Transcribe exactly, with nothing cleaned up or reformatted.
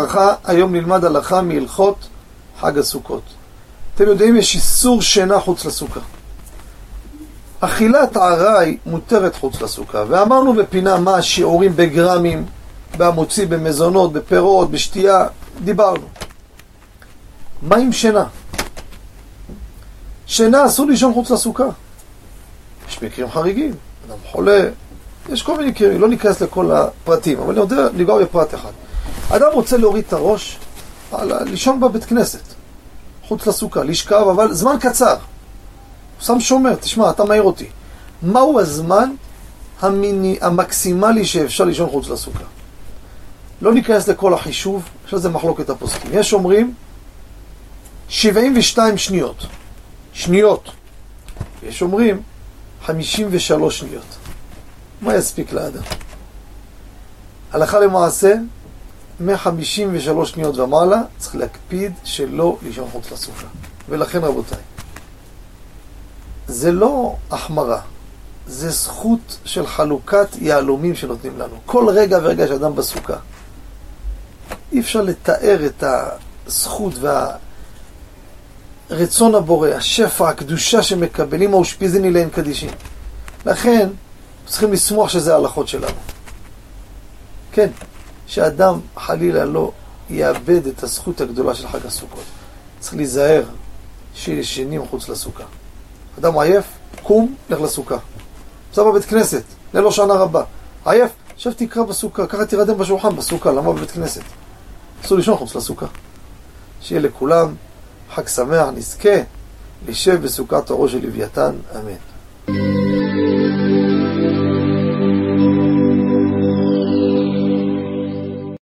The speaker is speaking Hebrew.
וברכה, היום נלמד הלכה מהלכות חג הסוכות. אתם יודעים, יש איסור שינה חוץ לסוכה. אכילת עראי מותרת חוץ לסוכה, ואמרנו בפינה מה השיעורים בגרמים, במוציא, במזונות, בפירות, בשתייה, דיברנו. מה עם שינה? שינה אסור לישון חוץ לסוכה. יש מקרים חריגים, אדם חולה, יש כל מיני מקרים, לא ניכנס לכל הפרטים, אבל אני יודע ניגע בפרט אחד. אדם רוצה להוריד את הראש, לישון בבית כנסת, חוץ לסוכה, לשכב, אבל זמן קצר. הוא שם שומר, תשמע, אתה מעיר אותי. מהו הזמן המיני, המקסימלי שאפשר לישון חוץ לסוכה? לא ניכנס לכל החישוב, יש לזה מחלוקת הפוסקים. יש אומרים שבעים ושתיים שניות. שניות. יש אומרים חמישים ושלוש שניות. מה יספיק לאדם? הלכה למעשה, מ-חמישים ושלוש שניות ומעלה, צריך להקפיד שלא לישון חוץ לסוכה. ולכן רבותיי, זה לא החמרה, זה זכות של חלוקת יהלומים שנותנים לנו. כל רגע ורגע שאדם בסוכה, אי אפשר לתאר את הזכות והרצון הבורא, השפע, הקדושה שמקבלים האושפיזין אליהן קדישים. לכן, צריכים לשמוח שזה ההלכות שלנו. כן, שאדם חלילה לא יאבד את הזכות הגדולה של חג הסוכות. צריך להיזהר שישנים חוץ לסוכה. אדם עייף, קום, לך לסוכה. בסדר בבית כנסת, ללא שנה רבה. עייף, עכשיו תקרא בסוכה, ככה תירדם בשולחן בסוכה, למה בבית כנסת? אסור לישון חוץ לסוכה. שיהיה לכולם חג שמח, נזכה לשב בסוכת אורו של לוויתן, אמן.